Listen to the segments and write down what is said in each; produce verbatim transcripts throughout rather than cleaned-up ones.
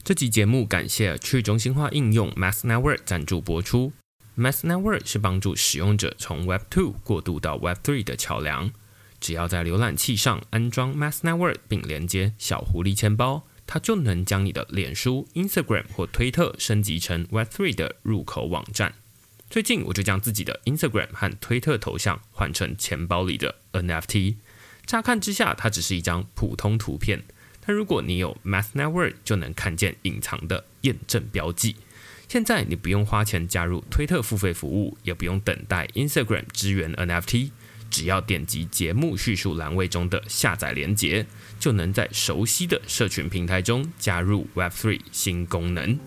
这集节目感谢去中心化应用 Mass Network 赞助播出。Mass Network 是帮助使用者从 Web 二 过渡到 Web 三 的桥梁。只要在浏览器上安装 Mass Network 并连接小狐狸钱包，它就能将你的脸书、Instagram 或推特升级成 Web 三 的入口网站。最近我就将自己的 Instagram 和推特头像换成钱包里的 N F T。乍看之下，它只是一张普通图片，但如果你有 Mass Network， 就能看见隐藏的验证标记。现在你不用花钱加入推特付费服务，也不用等待 Instagram 支援 N F T， 只要点击节目叙述栏位中的下载连结，就能在熟悉的社群平台中加入 Web 三 新功能。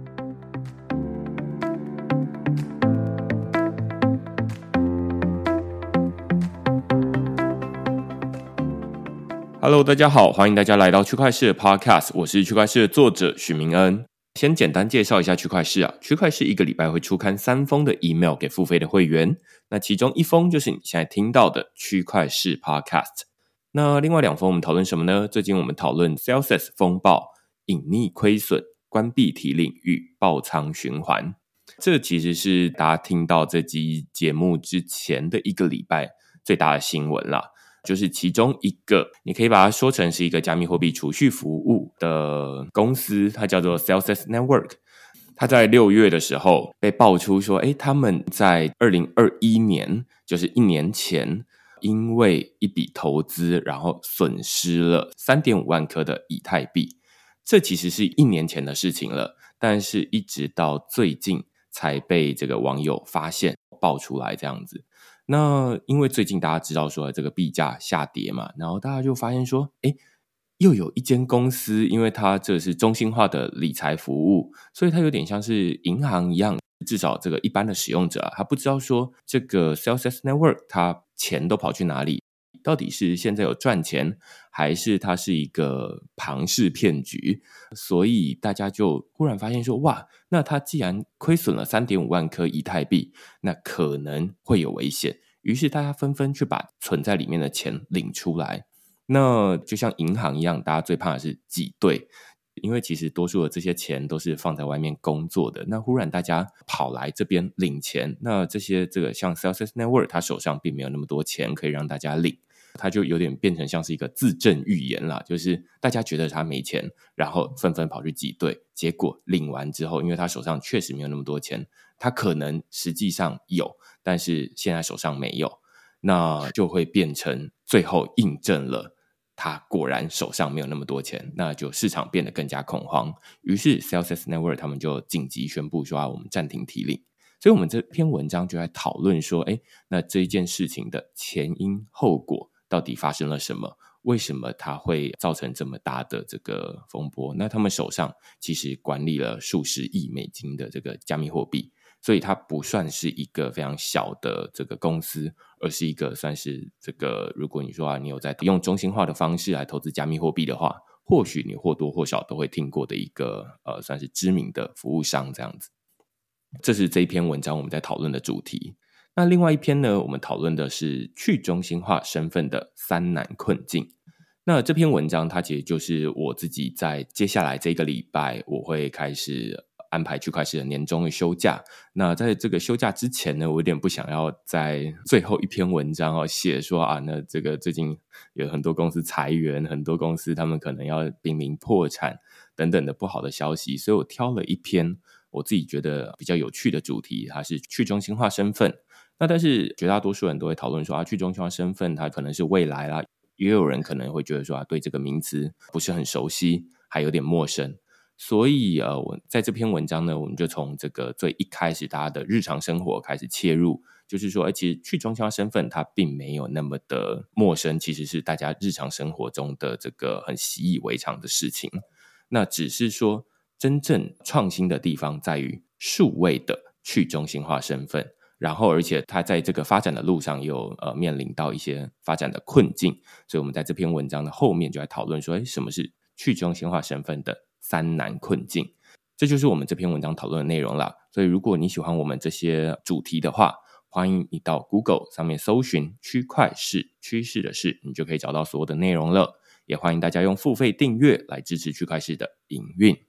Hello， 大家好，欢迎大家来到区块市的 Podcast， 我是区块市的作者许明恩。先简单介绍一下区块市啊，区块市一个礼拜会出刊三封的 email 给付费的会员，那其中一封就是你现在听到的区块市 Podcast。那另外两封我们讨论什么呢？最近我们讨论 Celsius 风暴、隐匿亏损、关闭提领与爆仓循环。这其实是大家听到这集节目之前的一个礼拜最大的新闻啦。就是其中一个你可以把它说成是一个加密货币储蓄服务的公司，它叫做 Celsius Network。 它在六月的时候被爆出说诶他们在二零二一年，就是一年前，因为一笔投资然后损失了 三点五万颗的以太币。这其实是一年前的事情了，但是一直到最近才被这个网友发现爆出来这样子。那因为最近大家知道说这个币价下跌嘛，然后大家就发现说诶又有一间公司，因为它这是中心化的理财服务，所以它有点像是银行一样，至少这个一般的使用者啊，他不知道说这个 Celsius Network 它钱都跑去哪里，到底是现在有赚钱，还是它是一个庞氏骗局。所以大家就忽然发现说哇，那它既然亏损了 三点五万颗以太币，那可能会有危险，于是大家纷纷去把存在里面的钱领出来。那就像银行一样，大家最怕的是挤兑，因为其实多数的这些钱都是放在外面工作的，那忽然大家跑来这边领钱，那这些这个像 Celsius Network 他手上并没有那么多钱可以让大家领，他就有点变成像是一个自证预言啦，就是大家觉得他没钱，然后纷纷跑去挤兑，结果领完之后，因为他手上确实没有那么多钱，他可能实际上有，但是现在手上没有，那就会变成最后印证了他果然手上没有那么多钱，那就市场变得更加恐慌，于是 Celsius Network 他们就紧急宣布说、啊、我们暂停提领。所以我们这篇文章就在讨论说诶那这一件事情的前因后果到底发生了什么，为什么它会造成这么大的这个风波。那他们手上其实管理了数十亿美金的这个加密货币，所以它不算是一个非常小的这个公司，而是一个算是这个，如果你说啊，你有在用中心化的方式来投资加密货币的话，或许你或多或少都会听过的一个呃，算是知名的服务商这样子。这是这一篇文章我们在讨论的主题。那另外一篇呢，我们讨论的是去中心化身份的三难困境。那这篇文章它其实就是我自己在接下来这个礼拜我会开始安排区块市的年终的休假。那在这个休假之前呢，我有点不想要在最后一篇文章哦写说啊，那这个最近有很多公司裁员，很多公司他们可能要濒临破产等等的不好的消息，所以我挑了一篇我自己觉得比较有趣的主题，它是去中心化身份。那但是绝大多数人都会讨论说啊，去中心化身份它可能是未来啦，也有人可能会觉得说啊，对这个名词不是很熟悉，还有点陌生。所以呃，我在这篇文章呢，我们就从这个最一开始大家的日常生活开始切入，就是说其实去中心化身份它并没有那么的陌生，其实是大家日常生活中的这个很习以为常的事情。那只是说真正创新的地方在于数位的去中心化身份，然后而且它在这个发展的路上也有呃面临到一些发展的困境，所以我们在这篇文章的后面就来讨论说诶什么是去中心化身份的三难困境。这就是我们这篇文章讨论的内容啦。所以如果你喜欢我们这些主题的话，欢迎你到 Google 上面搜寻区块市，趋势的市，你就可以找到所有的内容了。也欢迎大家用付费订阅来支持区块市的营运。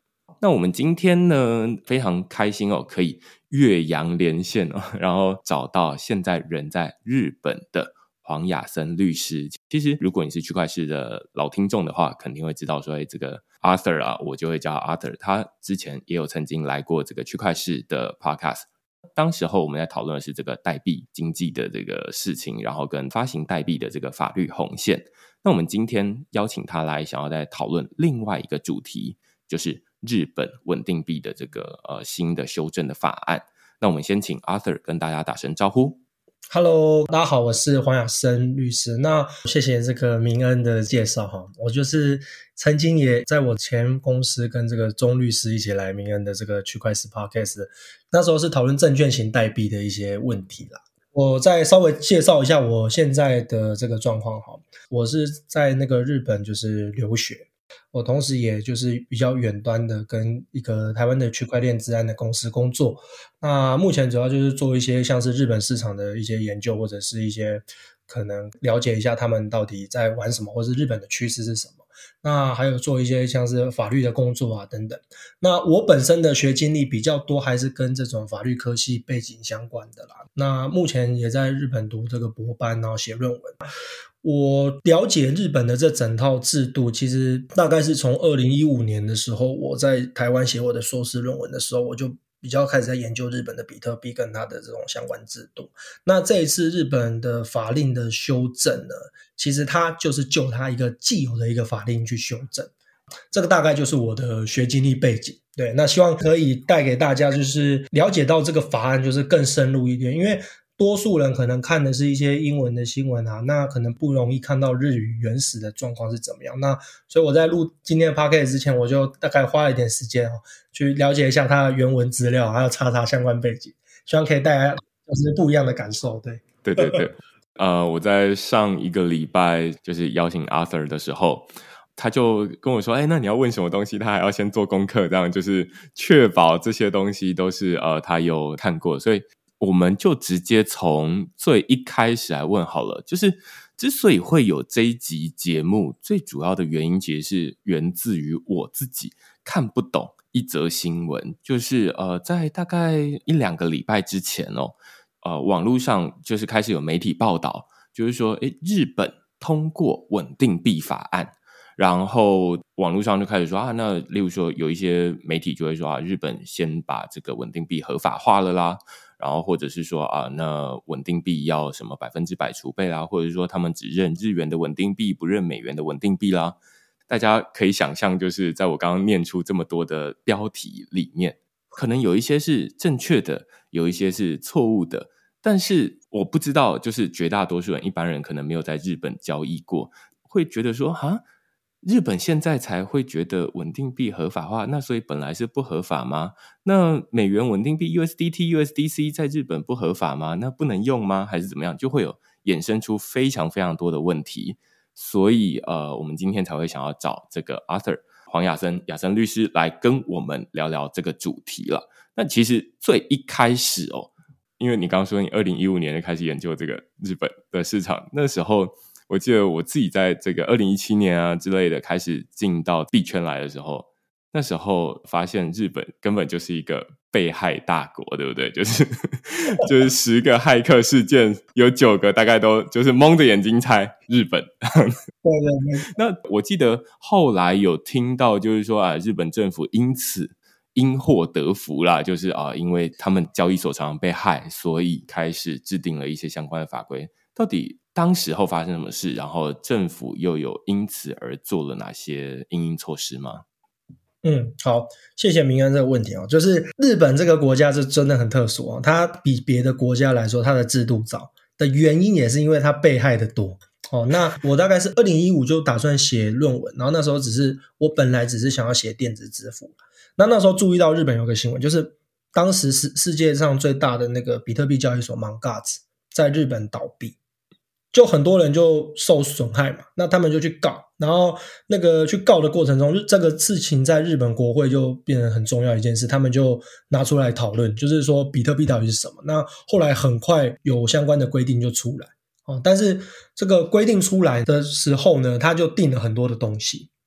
那我们今天呢非常开心哦，可以越洋连线哦，然后找到现在人在日本的黄雅森律师。其实如果你是区块市的老听众的话，肯定会知道说，哎，这个 Arthur 啊，我就会叫 Arthur， 他之前也有曾经来过这个区块市的 podcast。当时候我们在讨论的是这个代币经济的这个事情，然后跟发行代币的这个法律红线。那我们今天邀请他来，想要再讨论另外一个主题，就是日本稳定币的这个呃新的修正的法案。那我们先请 Arthur 跟大家打声招呼。 Hello， 大家好，我是黄雅森律师。那谢谢这个明恩的介绍哈，我就是曾经也在我前公司跟这个钟律师一起来明恩的这个区块市 Podcast， 那时候是讨论证券型代币的一些问题啦。我再稍微介绍一下我现在的这个状况哈，我是在那个日本就是留学。我同时也就是比较远端的跟一个台湾的区块链资安的公司工作，那目前主要就是做一些像是日本市场的一些研究，或者是一些可能了解一下他们到底在玩什么，或是日本的趋势是什么，那还有做一些像是法律的工作啊等等。那我本身的学经历比较多还是跟这种法律科系背景相关的啦，那目前也在日本读这个博班，然后写论文。我了解日本的这整套制度，其实大概是从二零一五年的时候，我在台湾写我的硕士论文的时候，我就比较开始在研究日本的比特币跟它的这种相关制度。那这一次日本的法令的修正呢，其实它就是就它一个既有的一个法令去修正。这个大概就是我的学经历背景。对，那希望可以带给大家就是了解到这个法案就是更深入一点，因为多数人可能看的是一些英文的新闻啊，那可能不容易看到日语原始的状况是怎么样。那所以我在录今天的 podcast 之前，我就大概花了一点时间、哦、去了解一下它的原文资料，还有查查相关背景，希望可以带来就是不一样的感受。对对对对呃，我在上一个礼拜就是邀请 Arthur 的时候，他就跟我说，哎，那你要问什么东西他还要先做功课，这样就是确保这些东西都是呃他有看过，所以我们就直接从最一开始来问好了。就是之所以会有这一集节目，最主要的原因其实是源自于我自己看不懂一则新闻，就是呃，在大概一两个礼拜之前哦，呃，网络上就是开始有媒体报道，就是说，诶，日本通过稳定币法案。然后网络上就开始说啊，那例如说有一些媒体就会说啊，日本先把这个稳定币合法化了啦，然后或者是说啊，那稳定币要什么百分之百储备啦，或者是说他们只认日元的稳定币，不认美元的稳定币啦。大家可以想象，就是在我刚刚念出这么多的标题里面，可能有一些是正确的，有一些是错误的，但是我不知道，就是绝大多数人一般人可能没有在日本交易过，会觉得说哈，日本现在才会觉得稳定币合法化，那所以本来是不合法吗？那美元稳定币 U S D T、U S D C 在日本不合法吗？那不能用吗？还是怎么样？就会有衍生出非常非常多的问题。所以呃，我们今天才会想要找这个 Arthur 黄雅森雅森律师来跟我们聊聊这个主题了。那其实最一开始哦，因为你刚刚说你二零一五年就开始研究这个日本的市场，那时候我记得我自己在这个二零一七年啊之类的开始进到币圈来的时候，那时候发现日本根本就是一个被害大国，对不对？就是就是十个骇客事件有九个大概都就是蒙着眼睛猜日本。 对对对。 那我记得后来有听到就是说啊，日本政府因此因祸得福啦，就是啊，因为他们交易所常常被害，所以开始制定了一些相关的法规。到底当时候发生什么事，然后政府又有因此而做了哪些因应措施吗？ 嗯，好，谢谢明安这个问题哦。就是日本这个国家是真的很特殊哦，它比别的国家来说，它的制度早的原因也是因为它被害的多哦。那我大概是二零一五就打算写论文，然后那时候只是我本来只是想要写电子支付，那那时候注意到日本有个新闻，就是当时世世界上最大的那个比特币交易所 Mt. Gox 在日本倒闭。就很多人就受损害嘛，那他们就去告，然后那个去告的过程中，这个事情在日本国会就变成很重要一件事，他们就拿出来讨论，就是说比特币到底是什么。那后来很快有相关的规定就出来、哦、但是这个规定出来的时候呢，他就定了很多的东西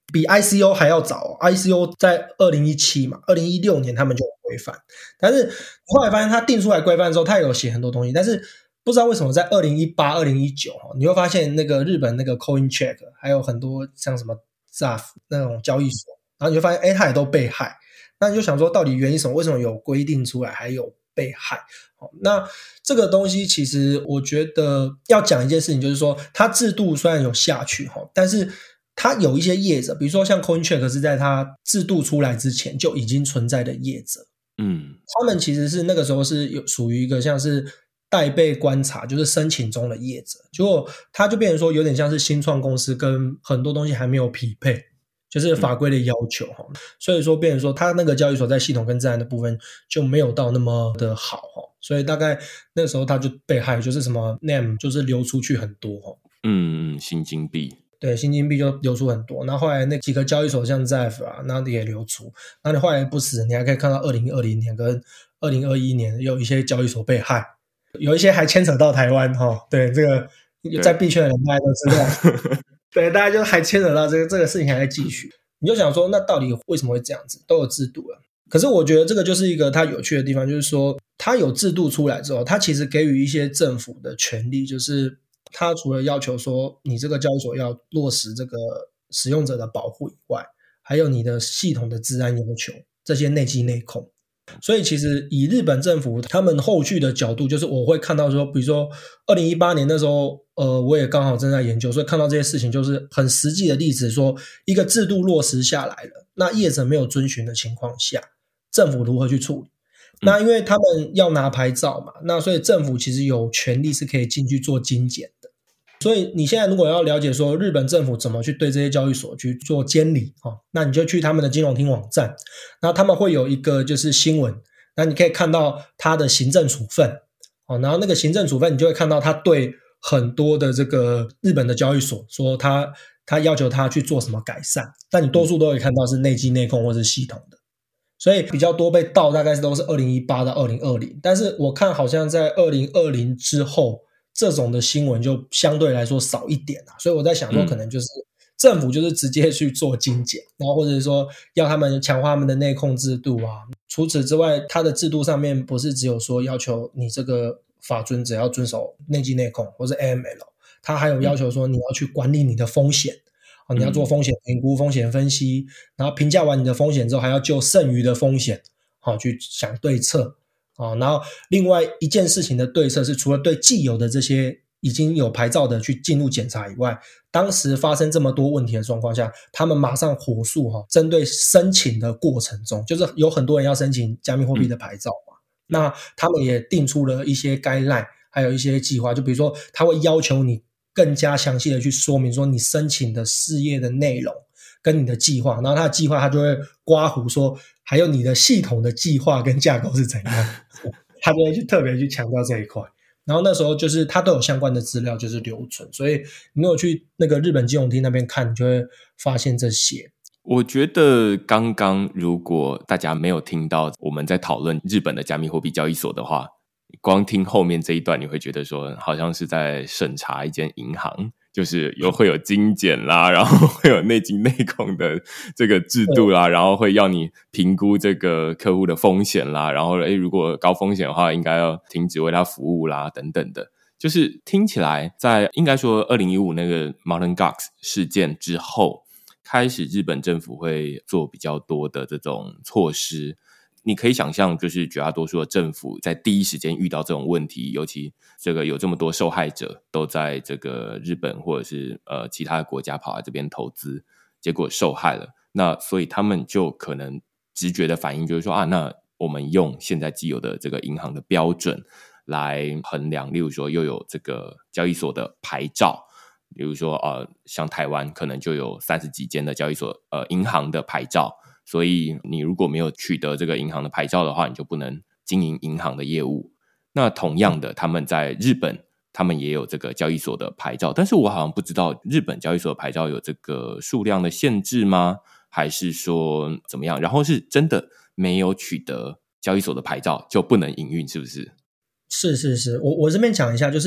比 I C O 还要早、哦、I C O 在二零一七嘛，二零一六年他们就有规范，但是后来发现他定出来规范之后，他有写很多东西，但是不知道为什么在二零一八、二零一九你会发现那个日本那个 CoinCheck 还有很多像什么 Z A F 那种交易所，然后你就发现哎，他也都被害，那你就想说到底原因什么？为什么有规定出来还有被害？那这个东西其实我觉得要讲一件事情，就是说它制度虽然有下去，但是它有一些业者，比如说像 CoinCheck 是在它制度出来之前就已经存在的业者， 嗯， 他们其实是那个时候是有属于一个像是待被观察，就是申请中的业者，结果它就变成说有点像是新创公司跟很多东西还没有匹配，就是法规的要求、嗯、所以说变成说它那个交易所在系统跟自然的部分就没有到那么的好，所以大概那时候它就被害，就是什么 N A M 就是流出去很多， 嗯，新金币， 对，新金币就流出很多，然后后来那几个交易所像 Z A F 啊，那也流出，然后你后来不死，你还可以看到二零二零年跟二零二一年有一些交易所被害，有一些还牵扯到台湾、哦、对，这个在币圈的人大家都知道对，大家就还牵扯到这个这个事情还在继续，你就想说那到底为什么会这样子，都有制度了，可是我觉得这个就是一个它有趣的地方，就是说它有制度出来之后，它其实给予一些政府的权利，就是它除了要求说你这个交易所要落实这个使用者的保护以外，还有你的系统的治安要求，这些内稽内控。所以其实以日本政府他们后续的角度，就是我会看到说比如说二零一八年那时候呃，我也刚好正在研究，所以看到这些事情就是很实际的例子，说一个制度落实下来了，那业者没有遵循的情况下，政府如何去处理。那因为他们要拿牌照嘛，那所以政府其实有权利是可以进去做精简的。所以你现在如果要了解说日本政府怎么去对这些交易所去做监理、哦、那你就去他们的金融厅网站，然后他们会有一个就是新闻，那你可以看到他的行政处分、哦、然后那个行政处分你就会看到他对很多的这个日本的交易所说他他要求他去做什么改善，但你多数都会看到是内稽内控或是系统的，所以比较多被盗大概都是二零一八到二零二零，但是我看好像在二零二零之后这种的新闻就相对来说少一点、啊、所以我在想说可能就是政府就是直接去做精简，然后或者是说要他们强化他们的内控制度啊。除此之外，它的制度上面不是只有说要求你这个法遵只要遵守内稽内控或是 A M L， 它还有要求说你要去管理你的风险、啊、你要做风险评估、风险分析，然后评价完你的风险之后还要就剩余的风险、啊、去想对策、啊、然后另外一件事情的对策是除了对既有的这些已经有牌照的去进入检查以外，当时发生这么多问题的状况下，他们马上火速、哦、针对申请的过程中，就是有很多人要申请加密货币的牌照嘛、嗯、那他们也定出了一些 guideline， 还有一些计划，就比如说他会要求你更加详细的去说明说你申请的事业的内容跟你的计划，然后他的计划他就会刮胡说还有你的系统的计划跟架构是怎样他就会去特别去强调这一块，然后那时候就是他都有相关的资料就是留存，所以你有去那个日本金融厅那边看，你就会发现这些。 我觉得刚刚如果大家没有听到我们在讨论日本的加密货币交易所的话，光听后面这一段你会觉得说好像是在审查一间银行，就是有会有精简啦，然后会有内稽内控的这个制度啦，然后会要你评估这个客户的风险啦，然后诶如果高风险的话应该要停止为他服务啦等等的，就是听起来在应该说二零一五那个 Mt. Gox 事件之后，开始日本政府会做比较多的这种措施。你可以想象就是绝大多数的政府在第一时间遇到这种问题，尤其这个有这么多受害者都在这个日本或者是呃其他的国家跑来这边投资，结果受害了，那所以他们就可能直觉的反应就是说啊，那我们用现在既有的这个银行的标准来衡量，例如说又有这个交易所的牌照，比如说呃像台湾可能就有三十几间的交易所呃银行的牌照，所以你如果没有取得这个银行的牌照的话，你就不能经营银行的业务。那同样的他们在日本他们也有这个交易所的牌照，但是我好像不知道日本交易所的牌照有这个数量的限制吗？还是说怎么样？然后是真的没有取得交易所的牌照就不能营运，是不是？ 是是是，我我这边讲一下，就是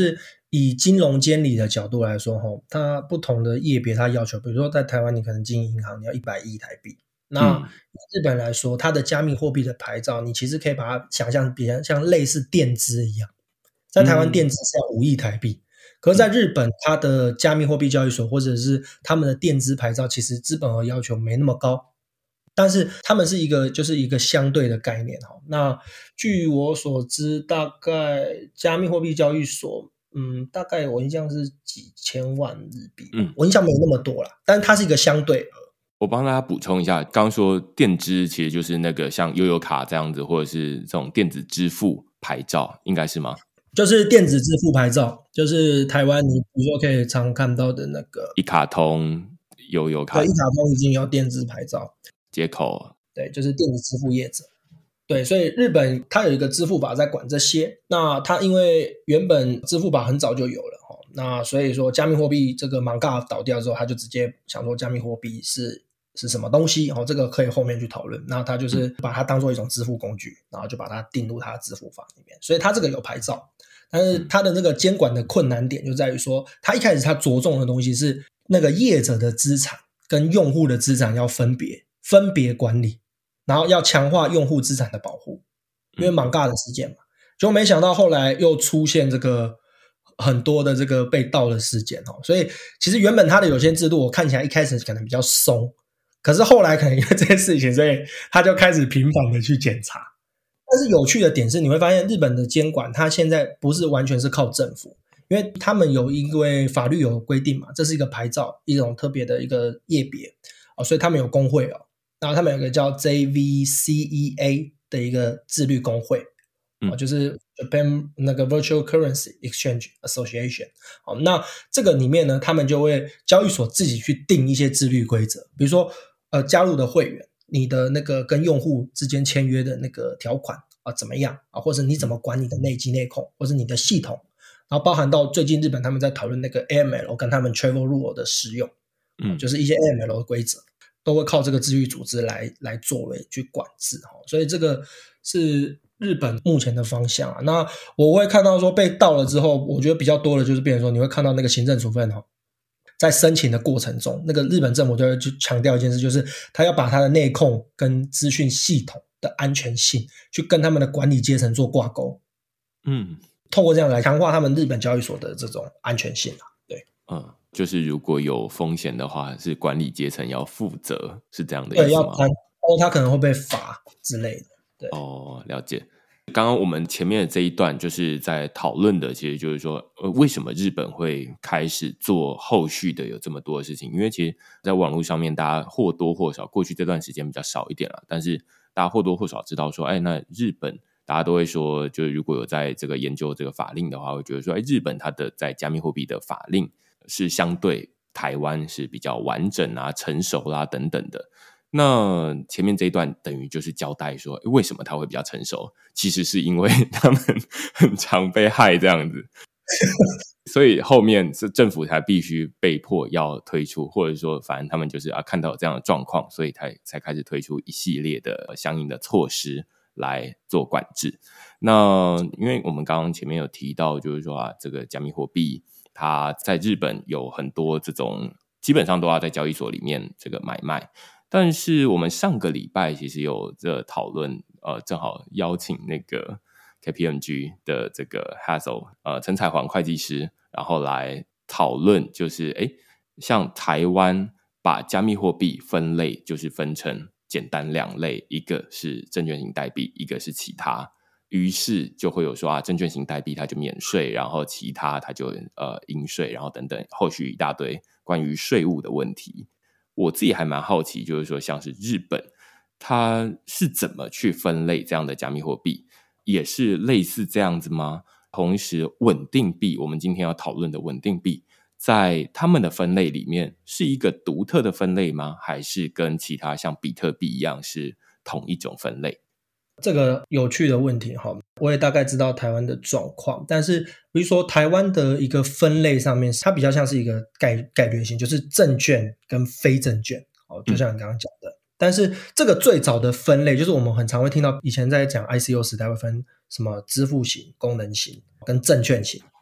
以金融监理的角度来说，它不同的业别它要求，比如说在台湾你可能经营银行你要一百亿台币，那以日本来说，它的加密货币的牌照，你其实可以把它想象比较像类似电资一样，在台湾电资是要五亿台币，可是在日本它的加密货币交易所或者是他们的电资牌照，其实资本额要求没那么高，但是他们是一个就是一个相对的概念。那据我所知，大概加密货币交易所嗯，大概我印象是几千万日币，嗯，我印象没有那么多啦，但是它是一个相对额。 我帮大家补充一下，刚刚说电支其实就是那个像悠游卡这样子，或者是这种电子支付牌照，应该是吗？ 就是电子支付牌照，就是台湾你比如说可以常看到的那个一卡通、悠游卡， 对，一卡通已经有电子牌照接口， 对，就是电子支付业者。对，所以日本它有一个支付法在管这些，那它因为原本支付法很早就有了，那所以说加密货币这个 Manga 倒掉之后，他就直接想说加密货币是是什么东西，这个可以后面去讨论。那他就是把它当做一种支付工具，然后就把它定入它的支付法里面，所以它这个有牌照，但是它的那个监管的困难点就在于说，它一开始它着重的东西是那个业者的资产跟用户的资产要分别分别管理，然后要强化用户资产的保护，因为 Manga 的事件嘛，结果没想到后来又出现这个很多的这个被盗的事件，所以其实原本它的有些制度我看起来一开始可能比较松，可是后来可能因为这件事情，所以他就开始频繁的去检查。但是有趣的点是，你会发现日本的监管它现在不是完全是靠政府，因为他们有因为法律有规定嘛，这是一个牌照，一种特别的一个业别，所以他们有工会哦，然后他们有一个叫 J V C E A 的一个自律工会，嗯、就是 Japan 那个 Virtual Currency Exchange Association。那这个里面呢，他们就会交易所自己去定一些自律规则，比如说呃加入的会员，你的那个跟用户之间签约的那个条款啊怎么样啊，或者你怎么管你的内机内控，或者你的系统，然后包含到最近日本他们在讨论那个 A M L 跟他们 Travel Rule 的使用，嗯，就是一些 A M L 的规则都会靠这个自律组织来来作为去管制，所以这个是日本目前的方向啊。那我会看到说被盗了之后，我觉得比较多的就是变成说你会看到那个行政处分哦，在申请的过程中，那个日本政府就会去强调一件事，就是他要把他的内控跟资讯系统的安全性去跟他们的管理阶层做挂钩，嗯，透过这样来强化他们日本交易所的这种安全性啊。对， 嗯，就是如果有风险的话，是管理阶层要负责，是这样的意思吗？ 对，要担，哦，他可能会被罚之类的。对， 哦，了解。刚刚我们前面的这一段就是在讨论的，其实就是说，呃，为什么日本会开始做后续的有这么多的事情？因为其实在网络上面，大家或多或少，过去这段时间比较少一点了，但是大家或多或少知道说，哎，那日本大家都会说，就是如果有在这个研究这个法令的话，会觉得说，哎，日本它的在加密货币的法令是相对台湾是比较完整啊、成熟啦、啊、等等的。那前面这一段等于就是交代说为什么他会比较成熟，其实是因为他们很常被害这样子所以后面是政府才必须被迫要推出，或者说反正他们就是啊看到有这样的状况，所以才才开始推出一系列的相应的措施来做管制。那因为我们刚刚前面有提到就是说啊，这个加密货币它在日本有很多这种基本上都要在交易所里面这个买卖，但是我们上个礼拜其实有这讨论，呃，正好邀请那个 K P M G 的这个 Hazel 呃陈彩环会计师，然后来讨论，就是诶像台湾把加密货币分类，就是分成简单两类，一个是证券型代币，一个是其他。于是就会有说啊，证券型代币它就免税，然后其他它就呃应税，然后等等，后续一大堆关于税务的问题。我自己还蛮好奇，就是说像是日本它是怎么去分类这样的加密货币，也是类似这样子吗？同时稳定币，我们今天要讨论的稳定币在他们的分类里面是一个独特的分类吗？还是跟其他像比特币一样是同一种分类？ 这个有趣的问题，我也大概知道台湾的状况，但是比如说台湾的一个分类上面，它比较像是一个概概率性，就是证券跟非证券，就像你刚刚讲的、嗯、但是这个最早的分类，就是我们很常会听到以前在讲 I C O 时代会分什么支付型、功能型跟证券型，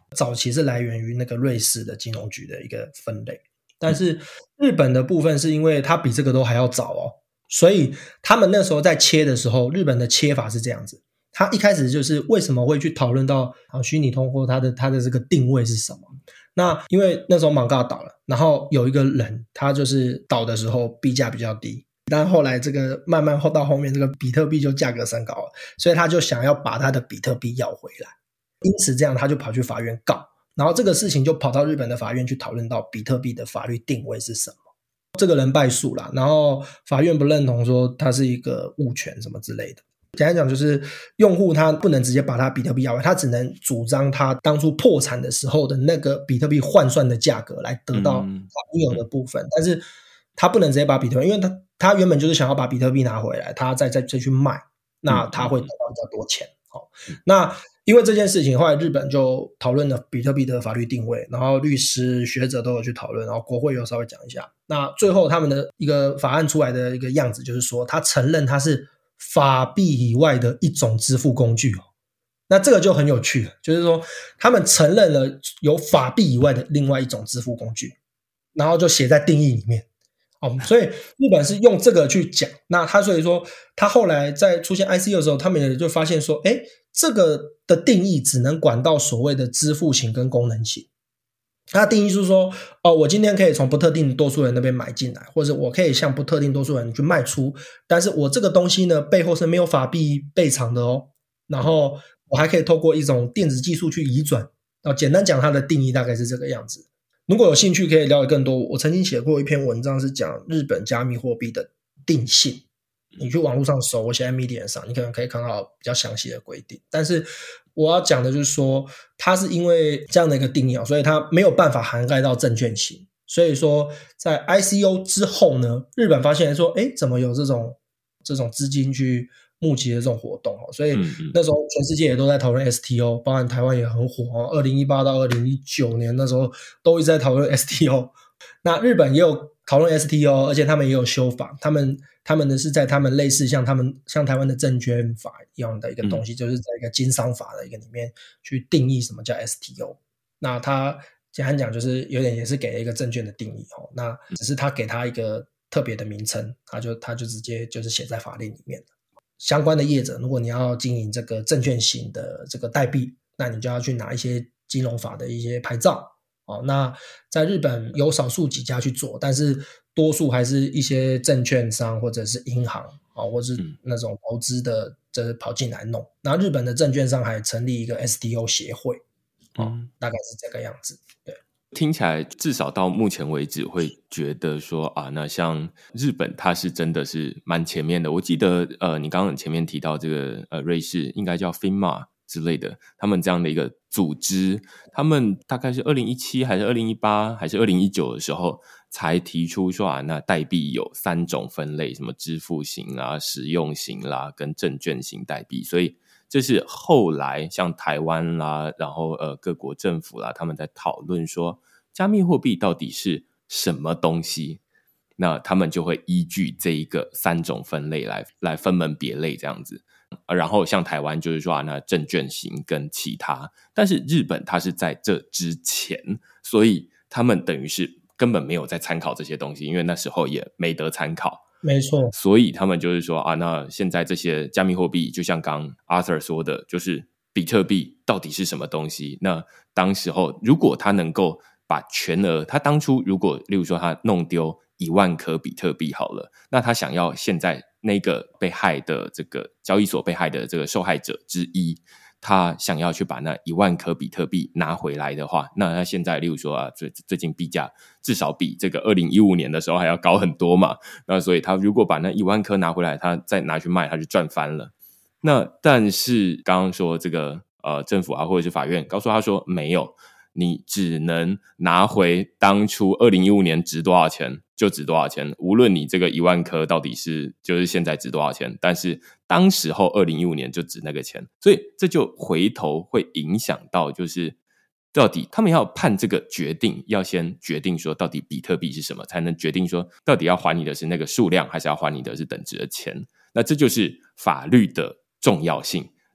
早期是来源于那个瑞士的金融局的一个分类，但是日本的部分是因为它比这个都还要早哦，所以他们那时候在切的时候，日本的切法是这样子，他一开始就是为什么会去讨论到啊虚拟通货它的它的这个定位是什么？那因为那时候 Manga 倒了，然后有一个人他就是倒的时候币价比较低，但后来这个慢慢后到后面这个比特币就价格升高了，所以他就想要把他的比特币要回来，因此这样他就跑去法院告，然后这个事情就跑到日本的法院去讨论到比特币的法律定位是什么。这个人败诉啦，然后法院不认同说他是一个物权什么之类的。简单讲就是用户他不能直接把他比特币要回来，他只能主张他当初破产的时候的那个比特币换算的价格来得到他应有的部分、嗯、但是他不能直接把比特币，因为他他原本就是想要把比特币拿回来，他再再再去卖，那他会得到比较多钱、哦、那因为这件事情后来日本就讨论了比特币的法律定位，然后律师学者都有去讨论，然后国会有稍微讲一下，那最后他们的一个法案出来的一个样子就是说他承认它是法币以外的一种支付工具哦，那这个就很有趣了，就是说他们承认了有法币以外的另外一种支付工具，然后就写在定义里面哦，所以日本是用这个去讲，那他所以说他后来在出现 I C O 的时候，他们也就发现说，诶，这个的定义只能管到所谓的支付型跟功能型。它定义是说，哦，我今天可以从不特定多数人那边买进来，或者我可以向不特定多数人去卖出，但是我这个东西呢，背后是没有法币备偿的哦。然后我还可以透过一种电子技术去移转。然后简单讲它的定义大概是这个样子。如果有兴趣可以了解更多，我曾经写过一篇文章是讲日本加密货币的定性。你去网络上搜，我写在 Medium 上，你可能可以看到比较详细的规定。但是我要讲的就是说，它是因为这样的一个定义，所以它没有办法涵盖到证券型。所以说，在 I C O 之后呢，日本发现说，诶，怎么有这种这种资金去募集的这种活动？所以那时候全世界也都在讨论 S T O， 包含台湾也很火。二零一八到二零一九年那时候都一直在讨论 S T O。那日本也有讨论 S T O， 而且他们也有修法，他们他们的是在他们类似像他们像台湾的证券法一样的一个东西、嗯、就是在一个经商法的一个里面去定义什么叫 S T O。 那他简单讲就是有点也是给了一个证券的定义、哦、那只是他给他一个特别的名称，他就他就直接就是写在法令里面。相关的业者如果你要经营这个证券型的这个代币，那你就要去拿一些金融法的一些牌照。哦，那在日本有少数几家去做，但是多数还是一些证券商或者是银行、哦、或是那种投资的就是跑进来弄。然后日本的证券商还成立一个 S T O 协会、哦嗯、大概是这个样子。对， 听起来至少到目前为止会觉得说啊，那像日本它是真的是蛮前面的。我记得呃，你刚刚前面提到这个呃瑞士应该叫 FINMA 之类的，他们这样的一个组织，他们大概是二零一七还是二零一八还是二零一九的时候才提出说啊，那代币有三种分类，什么支付型啦、实用型啦跟证券型代币。所以这是后来像台湾啦，然后呃各国政府啦，他们在讨论说加密货币到底是什么东西，那他们就会依据这一个三种分类来来分门别类这样子。然后像台湾就是说啊，那证券型跟其他，但是日本它是在这之前，所以他们等于是根本没有在参考这些东西，因为那时候也没得参考。 没错， 所以他们就是说啊，那现在这些加密货币就像刚 Arthur 说的，就是比特币到底是什么东西。那当时候如果他能够把全额，他当初如果例如说他弄丢一万颗比特币好了，那他想要现在那个被害的这个交易所被害的这个受害者之一，他想要去把那一万颗比特币拿回来的话，那他现在例如说啊，最最近币价至少比这个二零一五年的时候还要高很多嘛，那所以他如果把那一万颗拿回来，他再拿去卖，他就赚翻了。那但是刚刚说这个呃政府啊或者是法院告诉他说没有，你只能拿回当初二零一五年值多少钱就值多少钱，无论你这个一万颗到底是就是现在值多少钱，但是当时候二零一五年就值那个钱。所以这就回头会影响到就是到底他们要判这个决定，要先决定说到底比特币是什么，才能决定说到底要还你的是那个数量还是要还你的是等值的钱。那这就是法律的重要性。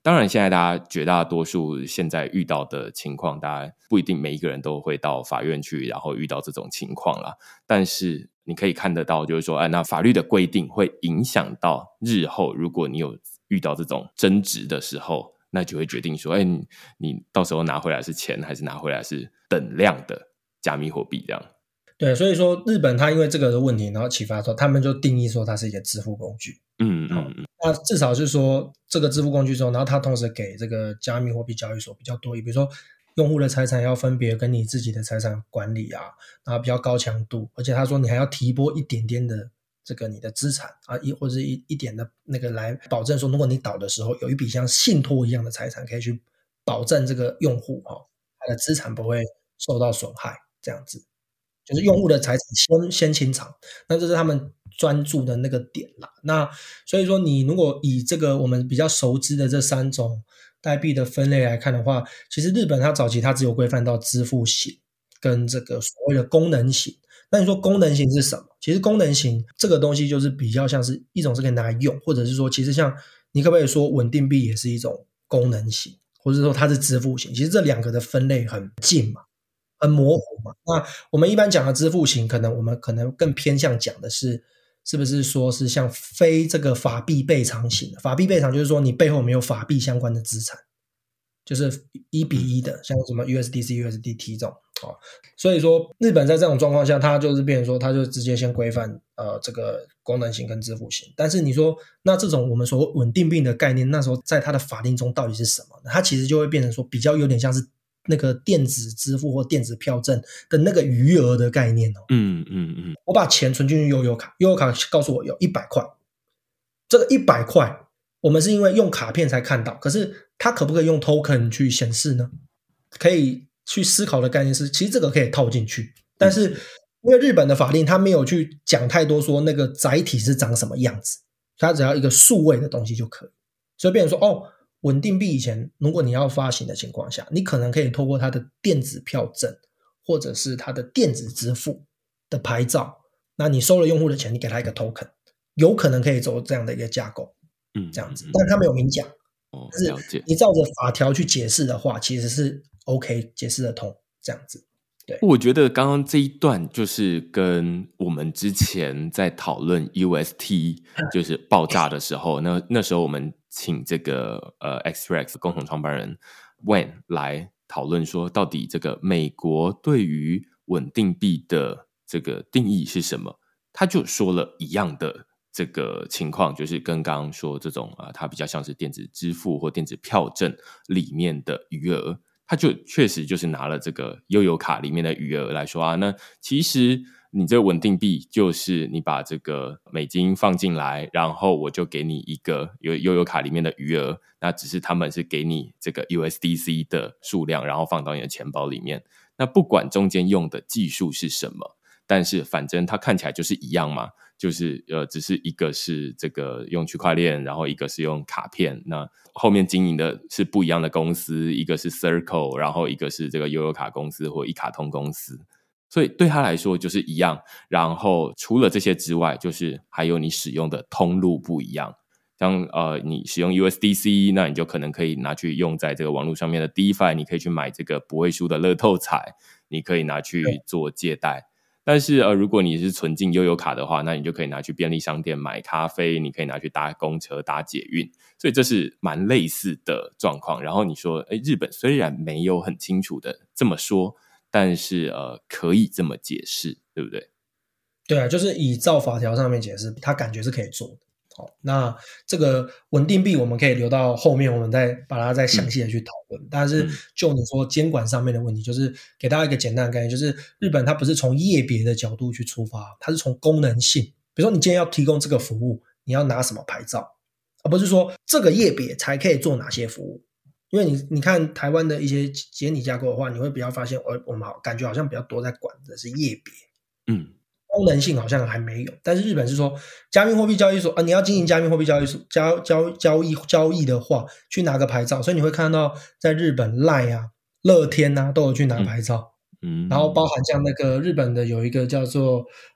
当然现在大家绝大多数现在遇到的情况，大家不一定每一个人都会到法院去然后遇到这种情况啦，但是你可以看得到就是说，哎，那法律的规定会影响到日后如果你有遇到这种争执的时候，那就会决定说，哎，你你到时候拿回来是钱还是拿回来是等量的加密货币这样。 对，所以说日本它因为这个的问题，然后启发说他们就定义说它是一个支付工具。 嗯嗯嗯， 那至少是说这个支付工具之后，然后它同时给这个加密货币交易所比较多，比如说用户的财产要分别跟你自己的财产管理啊，然后比较高强度，而且他说你还要提拨一点点的这个你的资产啊，一或者一一点的那个来保证说，如果你倒的时候有一笔像信托一样的财产可以去保证这个用户哈、哦，他的资产不会受到损害，这样子。就是用户的财产先先清偿，那这是他们专注的那个点啦。那所以说，你如果以这个我们比较熟知的这三种代币的分类来看的话，其实日本它早期它只有规范到支付型跟这个所谓的功能型。那你说功能型是什么？其实功能型这个东西就是比较像是一种是可以拿来用，或者是说，其实像你可不可以说稳定币也是一种功能型，或者说它是支付型？其实这两个的分类很近嘛。很模糊嘛，那我们一般讲的支付型，可能我们可能更偏向讲的是，是不是说是像非这个法币备偿型的？法币备偿就是说你背后没有法币相关的资产，就是一比一的，像什么 U S D C、U S D T 这种、哦、所以说日本在这种状况下，它就是变成说，它就直接先规范呃这个功能型跟支付型。但是你说那这种我们所谓稳定币的概念，那时候在它的法令中到底是什么呢？它其实就会变成说比较有点像是那个电子支付或电子票证的那个余额的概念哦。 嗯嗯嗯， 我把钱存进去悠游卡，悠游卡告诉我有一百块，这个一百块我们是因为用卡片才看到，可是它可不可以用 token 去显示呢？可以去思考的概念是，其实这个可以套进去，但是因为日本的法令它没有去讲太多说那个载体是长什么样子，它只要一个数位的东西就可以，所以变成说哦。稳定币以前如果你要发行的情况下，你可能可以透过它的电子票证或者是它的电子支付的牌照，那你收了用户的钱，你给他一个 token， 有可能可以走这样的一个架构，嗯，这样子，但他没有明讲， 哦， 但是你照着法条去解释的话，其实是 OK 解释得通，这样子。对， 我觉得刚刚这一段就是跟我们之前在讨论 U S T 就是爆炸的时候，那那时候我们请这个呃 X R X 共同创办人 Wayne 来讨论说，到底这个美国对于稳定币的这个定义是什么？他就说了一样的这个情况，就是跟刚刚说这种啊、呃，它比较像是电子支付或电子票证里面的余额。他就确实就是拿了这个悠游卡里面的余额来说啊，那其实你这个稳定币就是你把这个美金放进来，然后我就给你一个悠游卡里面的余额，那只是他们是给你这个 U S D C 的数量，然后放到你的钱包里面。那不管中间用的技术是什么，但是反正它看起来就是一样嘛，就是呃，只是一个是这个用区块链，然后一个是用卡片，那后面经营的是不一样的公司，一个是 Circle， 然后一个是这个悠游卡公司或一卡通公司，所以对他来说就是一样。然后除了这些之外，就是还有你使用的通路不一样。像呃，你使用 U S D C， 那你就可能可以拿去用在这个网络上面的 DeFi， 你可以去买这个不会输的乐透彩，你可以拿去做借贷。但是呃，如果你是存进悠游卡的话，那你就可以拿去便利商店买咖啡，你可以拿去搭公车、搭捷运，所以这是蛮类似的状况。然后你说，诶，日本虽然没有很清楚的这么说，但是呃，可以这么解释，对不对？ 对啊，就是以照法条上面解释，他感觉是可以做的。好，那这个稳定币我们可以留到后面，我们再把它再详细的去讨论、嗯、但是就你说监管上面的问题，就是给大家一个简单的概念，就是日本它不是从业别的角度去出发，它是从功能性，比如说你今天要提供这个服务，你要拿什么牌照，而不是说这个业别才可以做哪些服务。因为你你看台湾的一些监理架构的话，你会比较发现我我们好感觉好像比较多在管的是业别，嗯，功能性好像还没有。但是日本是说加密货币交易所啊，你要经营加密货币交易所交交交易交易的话，去拿个牌照，所以你会看到在日本 Line 啊、乐天啊都有去拿牌照，嗯，然后包含像那个日本的有一个叫做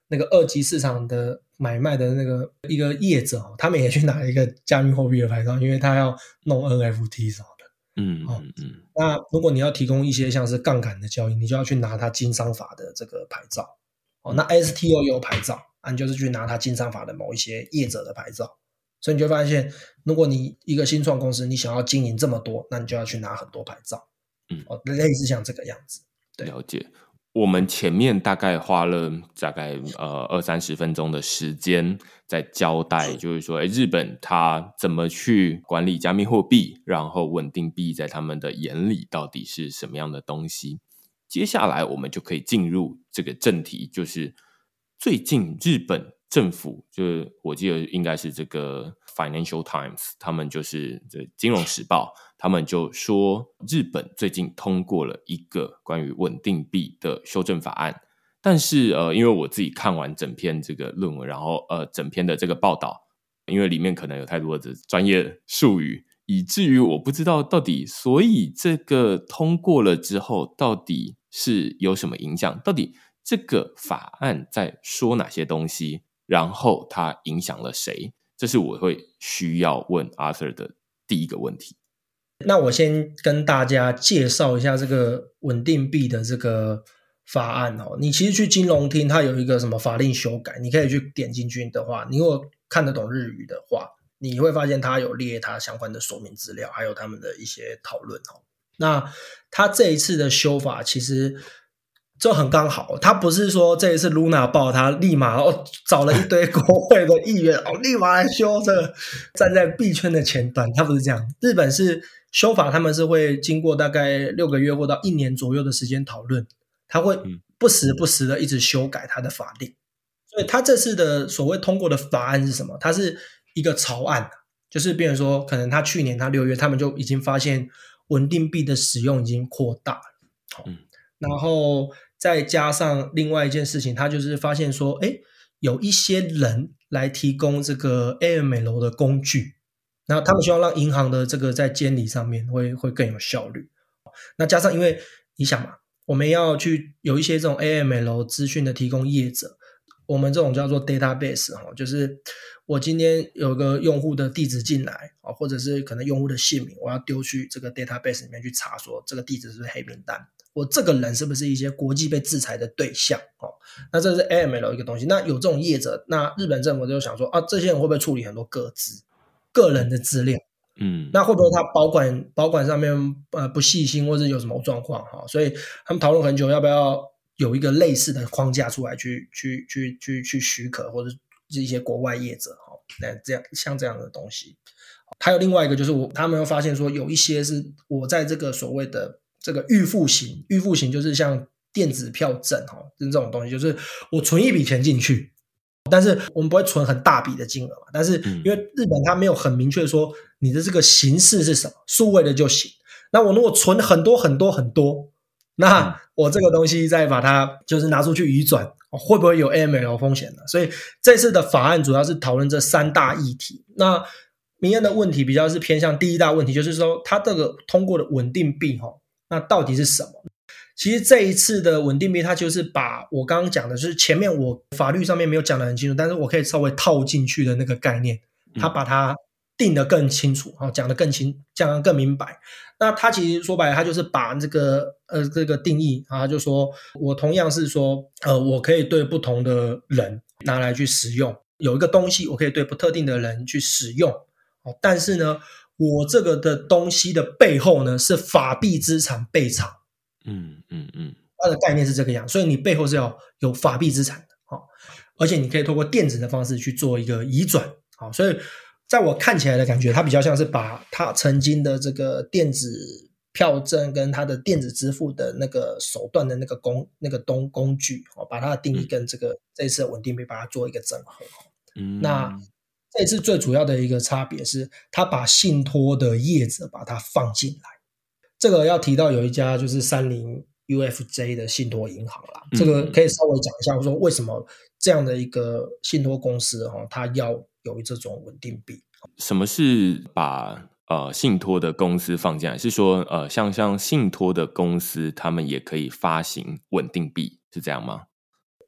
那个二级市场的买卖的那个一个业者，他们也去拿一个加密货币的牌照，因为他要弄 N F T 什么的。 嗯嗯嗯。 那如果你要提供一些像是杠杆的交易，你就要去拿它经商法的这个牌照。哦，那 S T O 也有牌照，啊，你就是去拿它经商法的某一些业者的牌照。所以你就发现，如果你一个新创公司，你想要经营这么多，那你就要去拿很多牌照。 嗯， 哦，类似像这个样子。对， 了解。我们前面大概花了大概呃二三十分钟的时间在交代，就是说，哎，日本它怎么去管理加密货币，然后稳定币在他们的眼里到底是什么样的东西。接下来我们就可以进入这个正题，就是最近日本政府，就是我记得应该是这个 Financial Times， 他们就是这金融时报，他们就说日本最近通过了一个关于稳定币的修正法案。但是呃，因为我自己看完整篇这个论文，然后呃整篇的这个报道，因为里面可能有太多的专业术语，以至于我不知道到底，所以这个通过了之后到底是有什么影响，到底这个法案在说哪些东西，然后它影响了谁，这是我会需要问 Arthur 的第一个问题。 那我先跟大家介绍一下这个稳定币的这个法案哦。你其实去金融厅，它有一个什么法令修改，你可以去点进去的话，你如果看得懂日语的话，你会发现它有列它相关的说明资料，还有他们的一些讨论哦。那它这一次的修法其实就很刚好，他不是说这一次 Luna 爆他立马哦找了一堆国会的议员哦立马来修这个，站在币圈的前端，他不是这样。日本是修法，他们是会经过大概六个月或到一年左右的时间讨论，他会不时不时的一直修改他的法令。所以他这次的所谓通过的法案是什么？它是一个草案，就是变成说可能他去年他六月他们就已经发现稳定币的使用已经扩大了。嗯，然后再加上另外一件事情，他就是发现说，诶，有一些人来提供这个 A M L 的工具，然后他们希望让银行的这个在监理上面会会更有效率。那加上因为你想嘛，我们要去有一些这种 A M L 资讯的提供业者，我们这种叫做 database， 就是我今天有个用户的地址进来，或者是可能用户的姓名，我要丢去这个 database 里面去查说这个地址是不是黑名单，我这个人是不是一些国际被制裁的对象。那这是 A M L 一个东西。那有这种业者，那日本政府就想说啊，这些人会不会处理很多个资个人的资料，嗯，那会不会他保管保管上面呃不细心，或者有什么状况哈？所以他们讨论很久，要不要有一个类似的框架出来去去去去去许可，或者是一些国外业者哈，那这样像这样的东西。还有另外一个就是我他们又发现说，有一些是我在这个所谓的这个预付型，预付型就是像电子票证哈，这种东西，就是我存一笔钱进去。但是我们不会存很大笔的金额嘛，但是因为日本它没有很明确说你的这个形式是什么，数位的就行。那我如果存很多很多很多，那我这个东西再把它就是拿出去移转，会不会有 A M L 风险呢？所以这次的法案主要是讨论这三大议题。那明恩的问题比较是偏向第一大问题，就是说它这个通过的稳定币那到底是什么？其实这一次的稳定币，它就是把我刚刚讲的，就是前面我法律上面没有讲得很清楚，但是我可以稍微套进去的那个概念，它把它定得更清楚，讲得更清，讲得更明白。那它其实说白了，它就是把这个呃这个定义，它就说我同样是说呃我可以对不同的人拿来去使用，有一个东西我可以对不特定的人去使用，但是呢，我这个的东西的背后呢是法币资产备藏。嗯嗯嗯，它的概念是这个样，所以你背后是要有法币资产的，哦，而且你可以透过电子的方式去做一个移转，哦，所以在我看起来的感觉，它比较像是把它曾经的这个电子票证跟它的电子支付的那个手段的那个工那个东工具，哦，把它的定义跟这个这一次的稳定币把它做一个整合。嗯，那这一次最主要的一个差别是，它把信托的业者把它放进来。这个要提到有一家就是三菱 U F J 的信托银行啦，这个可以稍微讲一下说为什么这样的一个信托公司它要有这种稳定币。 什么是把呃信托的公司放进来？是说呃像像信托的公司他们也可以发行稳定币，是这样吗？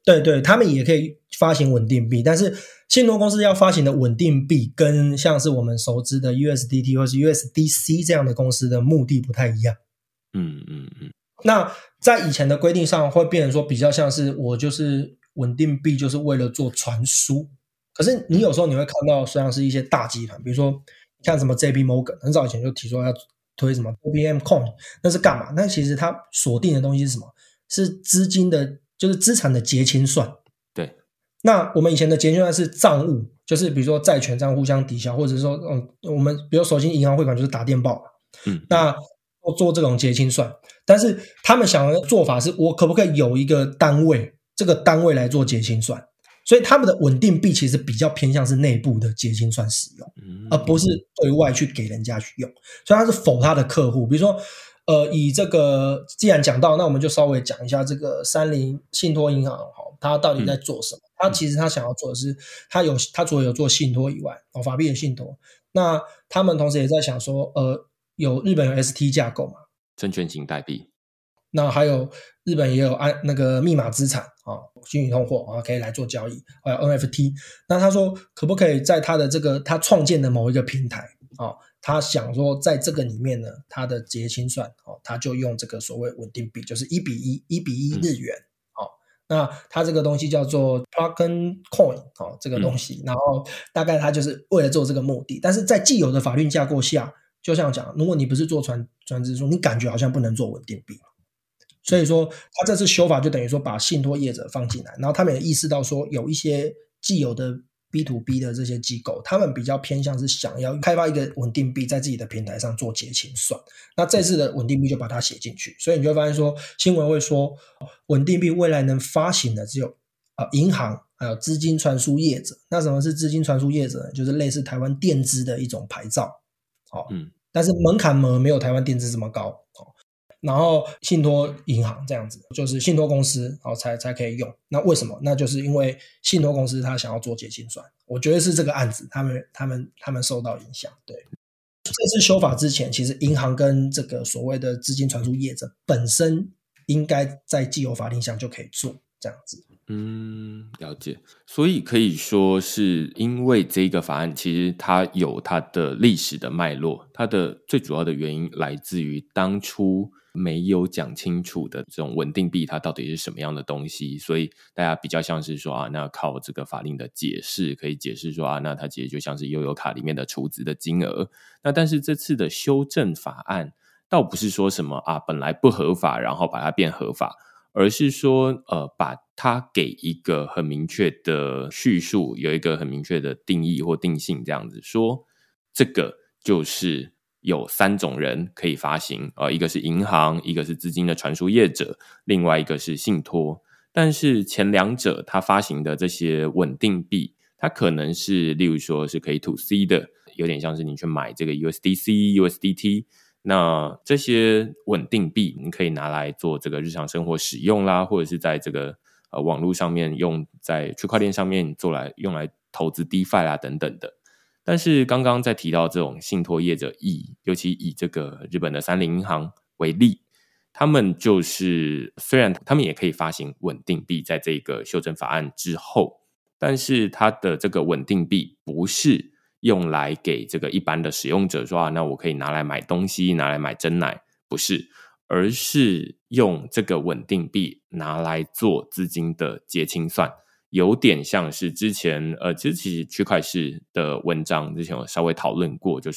对对，他们也可以发行稳定币，但是信托公司要发行的稳定币跟像是我们熟知的 U S D T 或是 U S D C 这样的公司的目的不太一样。 嗯嗯嗯。 那在以前的规定上会变成说比较像是我就是稳定币就是为了做传输，可是你有时候你会看到像是一些大集团，比如说像什么 J P Morgan 很早以前就提说要推什么 J P M Coin， 那是干嘛？那其实它锁定的东西是什么？是资金的就是资产的结清算。 对， 那我们以前的结清算是账务，就是比如说债权这样互相抵消，或者说嗯，我们比如手机银行汇款就是打电报嘛， 嗯， 那做这种结清算，但是他们想的做法是我可不可以有一个单位，这个单位来做结清算，所以他们的稳定币其实比较偏向是内部的结清算使用， 嗯， 而不是对外去给人家去用，所以他是否他的客户，比如说呃，以这个既然讲到，那我们就稍微讲一下这个三菱信托银行它到底在做什么。它其实它想要做的是，它有它除了有做信托以外，哦，法币的信托，那他们同时也在想说，呃，有日本有 S T 架构嘛， 证券型代币， 那还有日本也有按那个密码资产啊，虚拟通货啊，可以来做交易，还有 N F T。那他说可不可以在他的这个他创建的某一个平台啊？他想说，在这个里面呢，他的结清算，哦，他就用这个所谓稳定币，就是一比一，一比一日元，嗯哦，那他这个东西叫做 Plug-in Coin，哦，这个东西，嗯，然后大概他就是为了做这个目的，但是在既有的法律架构下，就像讲，如果你不是做传传支书，你感觉好像不能做稳定币，所以说他这次修法就等于说把信托业者放进来，然后他们也意识到说有一些既有的B to B 的这些机构，他们比较偏向是想要开发一个稳定币在自己的平台上做结清算，那这次的稳定币就把它写进去，所以你就会发现说新闻会说稳定币未来能发行的只有呃银行还有资金传输业者。那什么是资金传输业者呢？就是类似台湾电资的一种牌照，哦，嗯，但是门槛额没有台湾电资这么高，哦，然后信托银行这样子，就是信托公司，然后才才可以用。那为什么？那就是因为信托公司他想要做结清算，我觉得是这个案子他们他们他们受到影响。对，这次修法之前，其实银行跟这个所谓的资金传输业者本身应该在既有法令下就可以做这样子。 嗯，了解。所以可以说是因为这个法案其实它有它的历史的脉络，它的最主要的原因来自于当初没有讲清楚的这种稳定币它到底是什么样的东西，所以大家比较像是说啊，那靠这个法令的解释可以解释说啊，那它其实就像是悠游卡里面的储值的金额。那但是这次的修正法案倒不是说什么啊本来不合法然后把它变合法，而是说呃把它给一个很明确的叙述，有一个很明确的定义或定性，这样子说这个就是有三种人可以发行，呃，一个是银行，一个是资金的传输业者，另外一个是信托。但是前两者它发行的这些稳定币，它可能是例如说是可以 to C 的，有点像是你去买这个 U S D C、U S D T， 那这些稳定币你可以拿来做这个日常生活使用啦，或者是在这个呃网络上面用，在区块链上面做来用来投资 DeFi 啦等等的。但是刚刚在提到这种信托业者以尤其以这个日本的三菱银行为例，他们就是虽然他们也可以发行稳定币在这个修正法案之后，但是它的这个稳定币不是用来给这个一般的使用者说啊，那我可以拿来买东西，拿来买珍奶，不是，而是用这个稳定币拿来做资金的结清算，有点像是之前呃，其实其实区块市的文章之前有稍微讨论过，就是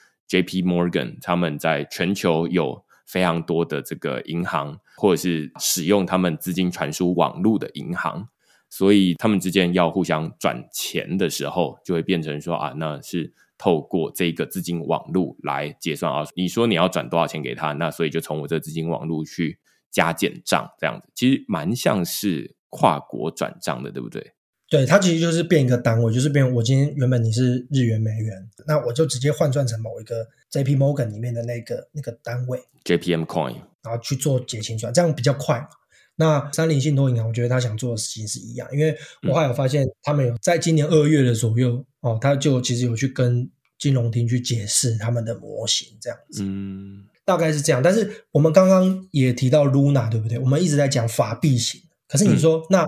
J P Morgan 他们在全球有非常多的这个银行，或者是使用他们资金传输网络的银行，所以他们之间要互相转钱的时候，就会变成说啊，那是透过这个资金网络来结算啊。你说你要转多少钱给他，那所以就从我这个资金网络去加减账，这样子其实蛮像是跨国转账的，对不对？ 对，它其实就是变一个单位，就是变我今天原本你是日元美元，那我就直接换算成某一个 J P Morgan 里面的那个那个单位 J P M Coin， 然后去做结清算，这样比较快嘛。那三菱信托银行我觉得他想做的事情是一样，因为我还有发现他们有在今年二月的左右哦，他就其实有去跟金融厅去解释他们的模型这样子，嗯，大概是这样。但是我们刚刚也提到 Luna 对不对？我们一直在讲法币型，可是你说、嗯、那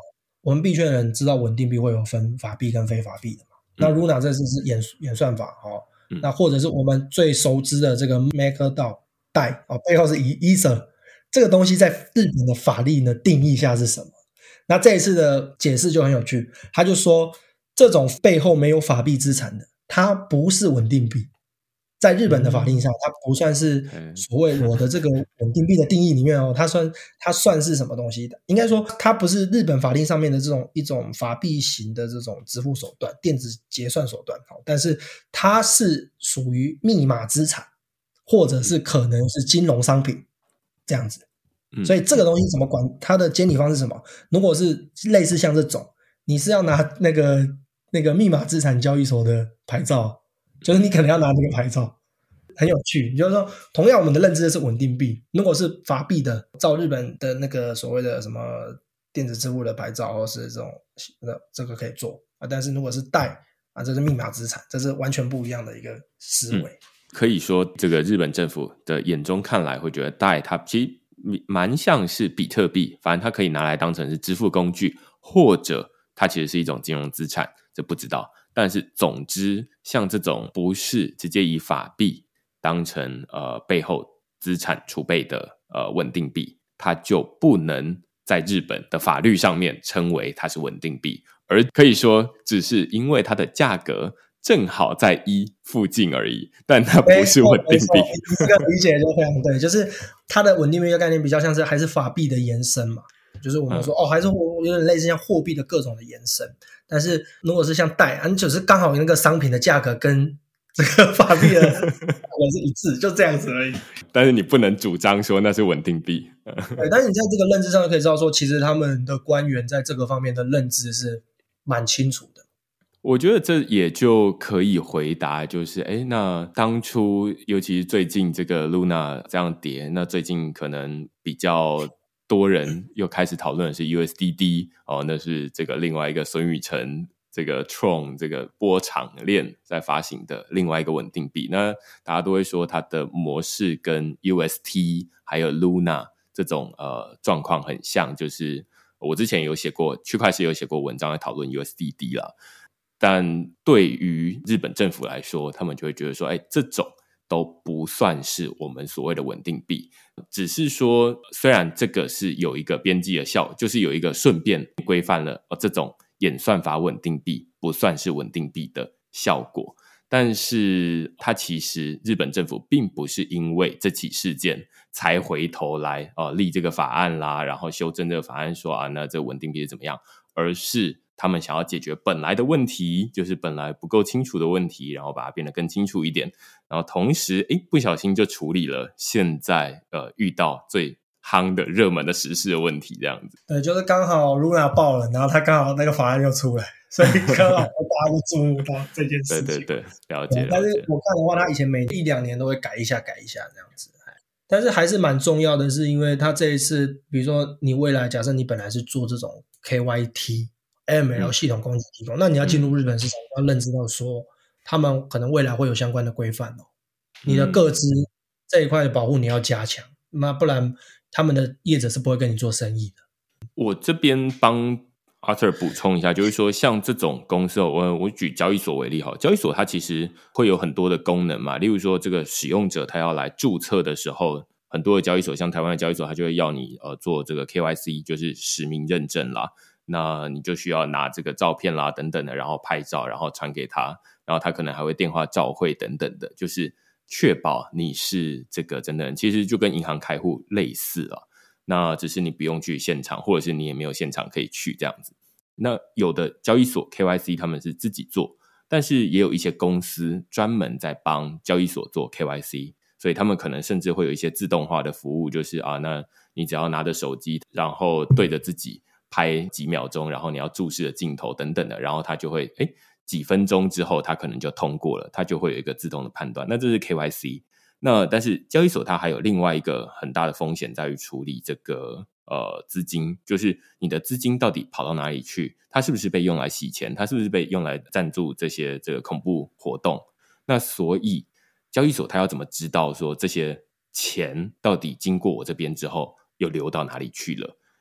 我们币圈的人知道稳定币会有分法币跟非法币的嘛？嗯、那 Luna 这次是演演算法哦，嗯、那或者是我们最熟知的这个 MakerDAO 代哦，背后是 Ether 这个东西在日本的法律呢定义下是什么？那这一次的解释就很有趣，他就说这种背后没有法币资产的，它不是稳定币。在日本的法令上，它不算是所谓我的这个稳定币的定义里面哦，它算它算是什么东西的？应该说它不是日本法令上面的这种一种法币型的这种支付手段、电子结算手段，但是它是属于密码资产，或者是可能是金融商品这样子。所以这个东西怎么管？它的监理方是什么？如果是类似像这种，你是要拿那个那个密码资产交易所的牌照。就是你可能要拿那个牌照，很有趣。就是说，同样我们的认知是稳定币，如果是法币的，照日本的那个所谓的什么电子支付的牌照，或是这种这个可以做啊。但是如果是代啊，这是密码资产，这是完全不一样的一个思维。嗯、 可以说，这个日本政府的眼中看来，会觉得代它其实蛮像是比特币，反正它可以拿来当成是支付工具，或者它其实是一种金融资产，这不知道。但是总之像这种不是直接以法币当成呃背后资产储备的呃稳定币，它就不能在日本的法律上面称为它是稳定币，而可以说只是因为它的价格正好在一附近而已，但它不是稳定币。 这个理解就非常对，就是它的稳定币的概念比较像是还是法币的延伸嘛，就是我们说、嗯、哦，还是有点类似像货币的各种的延伸。但是如果是像代啊，你只是刚好那个商品的价格跟这个法币的价格是一致，就这样子而已。 但是你不能主张说那是稳定币。 对，但是你在这个认知上就可以知道说，其实他们的官员在这个方面的认知是蛮清楚的。 我觉得这也就可以回答，就是哎，那当初尤其是最近这个 Luna 这样跌，那最近可能比较多人又开始讨论的是 U S D D 哦，那是这个另外一个孙宇晨这个 Tron 这个波场链在发行的另外一个稳定币。那大家都会说它的模式跟 U S T 还有 Luna 这种呃状况很像，就是我之前有写过，区块链有写过文章来讨论 U S D D 啦。但对于日本政府来说，他们就会觉得说，哎，这种都不算是我们所谓的稳定币，只是说虽然这个是有一个边际的效，就是有一个顺便规范了、哦、这种演算法稳定币不算是稳定币的效果，但是它其实日本政府并不是因为这起事件才回头来、呃、立这个法案啦，然后修正这个法案说啊，那这稳定币是怎么样，而是他们想要解决本来的问题，就是本来不够清楚的问题，然后把它变得更清楚一点，然后同时诶不小心就处理了现在呃遇到最夯的热门的时事的问题，这样子。 对，就是刚好 Luna 爆了，然后他刚好那个法案又出来，所以刚好大家都注目到这件事情。 对对对，了解了解。 但是我看的话，他以前每一两年都会改一下改一下这样子。但是还是蛮重要的是，因为他这一次比如说你未来假设你本来是做这种 K Y T、M L 系统工具提供、嗯、那你要进入日本市场、嗯、要认知到说他们可能未来会有相关的规范哦。你的个资这一块的保护你要加强，那不然他们的业者是不会跟你做生意的。 我这边帮 Arthur 补充一下，就是说像这种公司，我我举交易所为例好，交易所它其实会有很多的功能嘛，例如说这个使用者他要来注册的时候，很多的交易所像台湾的交易所，它就会要你呃做这个 K Y C， 就是实名认证啦，那你就需要拿这个照片啦等等的，然后拍照然后传给他，然后他可能还会电话照会等等的，就是确保你是这个真的人，其实就跟银行开户类似啊。那只是你不用去现场，或者是你也没有现场可以去这样子。那有的交易所 K Y C 他们是自己做，但是也有一些公司专门在帮交易所做 K Y C， 所以他们可能甚至会有一些自动化的服务，就是啊，那你只要拿着手机，然后对着自己拍几秒钟，然后你要注视的镜头等等的，然后它就会诶几分钟之后它可能就通过了，它就会有一个自动的判断，那这是 K Y C。那但是交易所它还有另外一个很大的风险在于处理这个呃资金，就是你的资金到底跑到哪里去，它是不是被用来洗钱，它是不是被用来赞助这些这个恐怖活动。那所以交易所它要怎么知道说这些钱到底经过我这边之后又流到哪里去了，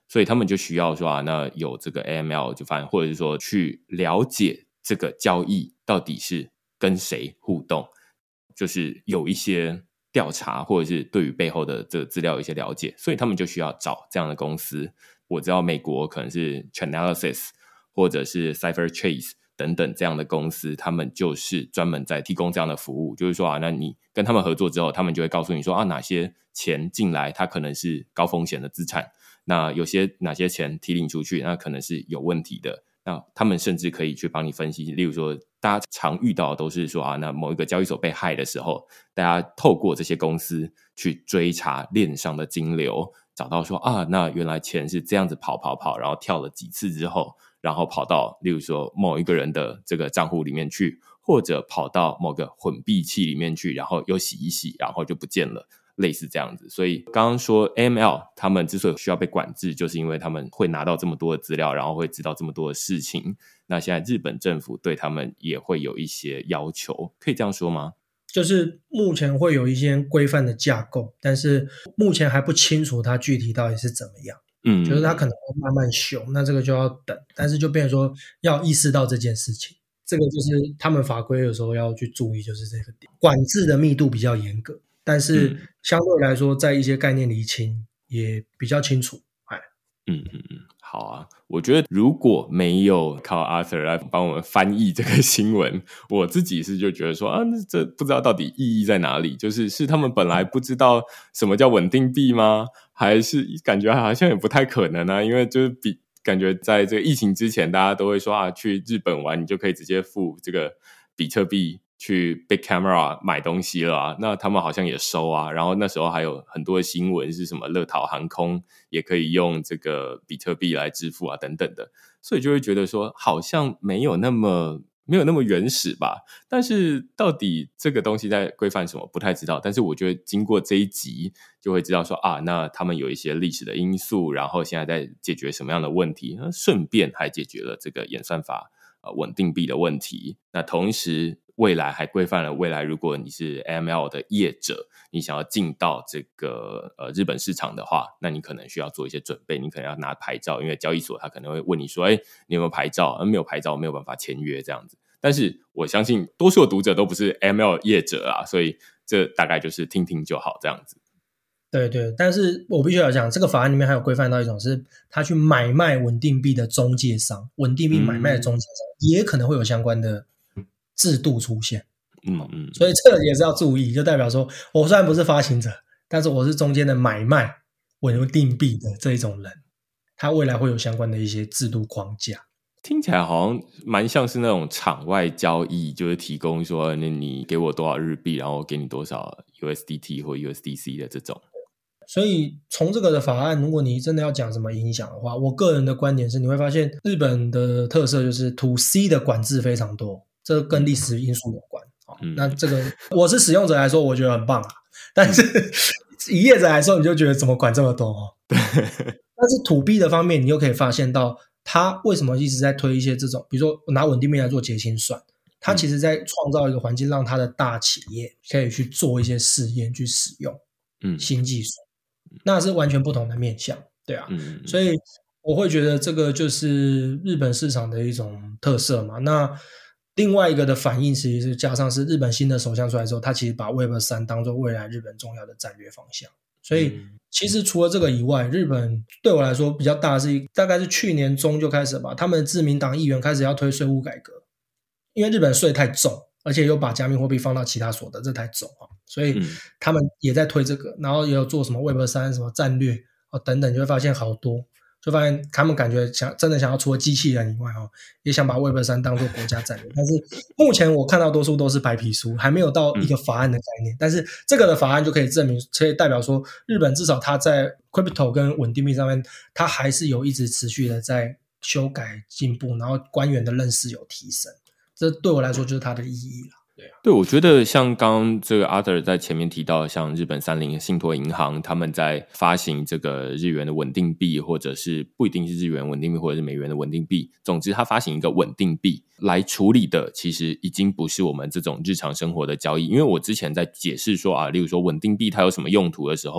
所以他们就需要说啊，那有这个 A M L 就发现，或者是说去了解这个交易到底是跟谁互动，就是有一些调查或者是对于背后的这个资料有一些了解，所以他们就需要找这样的公司。我知道美国可能是 Chainalysis 或者是 CipherTrace 等等这样的公司，他们就是专门在提供这样的服务，就是说啊，那你跟他们合作之后，他们就会告诉你说啊，哪些钱进来它可能是高风险的资产，那有些哪些钱提领出去那可能是有问题的，那他们甚至可以去帮你分析，例如说大家常遇到的都是说啊，那某一个交易所被害的时候，大家透过这些公司去追查链上的金流，找到说啊，那原来钱是这样子跑跑跑，然后跳了几次之后，然后跑到例如说某一个人的这个账户里面去，或者跑到某个混币器里面去，然后又洗一洗，然后就不见了，类似这样子。所以刚刚说 A M L 他们之所以需要被管制，就是因为他们会拿到这么多的资料，然后会知道这么多的事情。那现在日本政府对他们也会有一些要求，可以这样说吗？ 就是目前会有一些规范的架构，但是目前还不清楚它具体到底是怎么样。嗯，就是它可能会慢慢修，那这个就要等，但是就变成说要意识到这件事情，这个就是他们法规有时候要去注意，就是这个点，管制的密度比较严格，但是相对来说在一些概念厘清也比较清楚。 嗯嗯嗯，好啊，我觉得如果没有靠 Arthur 来帮我们翻译这个新闻，我自己是就觉得说啊，这不知道到底意义在哪里，就是是他们本来不知道什么叫稳定币吗？还是感觉好像也不太可能啊，因为就是比感觉在这个疫情之前，大家都会说啊，去日本玩你就可以直接付这个比特币去 Big Camera 买东西了啊，那他们好像也收啊，然后那时候还有很多新闻是什么乐桃航空也可以用这个比特币来支付啊等等的，所以就会觉得说好像没有那么没有那么原始吧，但是到底这个东西在规范什么不太知道，但是我觉得经过这一集就会知道说啊，那他们有一些历史的因素，然后现在在解决什么样的问题，那顺便还解决了这个演算法呃稳定币的问题，那同时未来还规范了未来如果你是 A M L 的业者，你想要进到这个呃日本市场的话，那你可能需要做一些准备，你可能要拿牌照，因为交易所他可能会问你说，哎，你有没有牌照？没有牌照没有办法签约这样子。但是我相信多数的读者都不是 A M L 业者啊，所以这大概就是听听就好这样子。 对对，但是我必须要讲，这个法案里面还有规范到一种是他去买卖稳定币的中介商，稳定币买卖的中介商、嗯、也可能会有相关的制度出现。嗯嗯，所以这个也是要注意，就代表说我虽然不是发行者，但是我是中间的买卖稳定币的这一种人，他未来会有相关的一些制度框架。 听起来好像蛮像是那种场外交易，就是提供说那你给我多少日币，然后给你多少 U S D T 或 U S D C 的这种。 所以从这个的法案，如果你真的要讲什么影响的话，我个人的观点是，你会发现日本的特色就是 to C 的管制非常多，这跟历史因素有关。嗯、那这个我是使用者来说我觉得很棒啊，但是以业者来说你就觉得怎么管这么多、哦、但是 to B 的方面你又可以发现到他为什么一直在推一些这种，比如说我拿稳定币来做结清算，他其实在创造一个环境让他的大企业可以去做一些试验去使用新技术、嗯、那是完全不同的面向，对啊、嗯、所以我会觉得这个就是日本市场的一种特色嘛。那另外一个的反应其实是加上是日本新的首相出来之后，他其实把 Web 三 当作未来日本重要的战略方向，所以其实除了这个以外，日本对我来说比较大的是大概是去年中就开始吧，他们的自民党议员开始要推税务改革，因为日本税太重，而且又把加密货币放到其他所得，这太重，所以他们也在推这个，然后也有做什么 Web 三 什么战略等等，就会发现好多，就发现他们感觉想真的想要除了机器人以外也想把 Web 三 当作国家战略，但是目前我看到多数都是白皮书，还没有到一个法案的概念、嗯、但是这个的法案就可以证明，可以代表说日本至少它在 Crypto 跟稳定币上面它还是有一直持续的在修改进步，然后官员的认识有提升，这对我来说就是它的意义了。对, 啊、 对，我觉得像刚刚这个 Arthur 在前面提到，像日本三菱信托银行他们在发行这个日元的稳定币，或者是不一定是日元稳定币或者是美元的稳定币，总之他发行一个稳定币来处理的其实已经不是我们这种日常生活的交易。因为我之前在解释说啊，例如说稳定币它有什么用途的时候，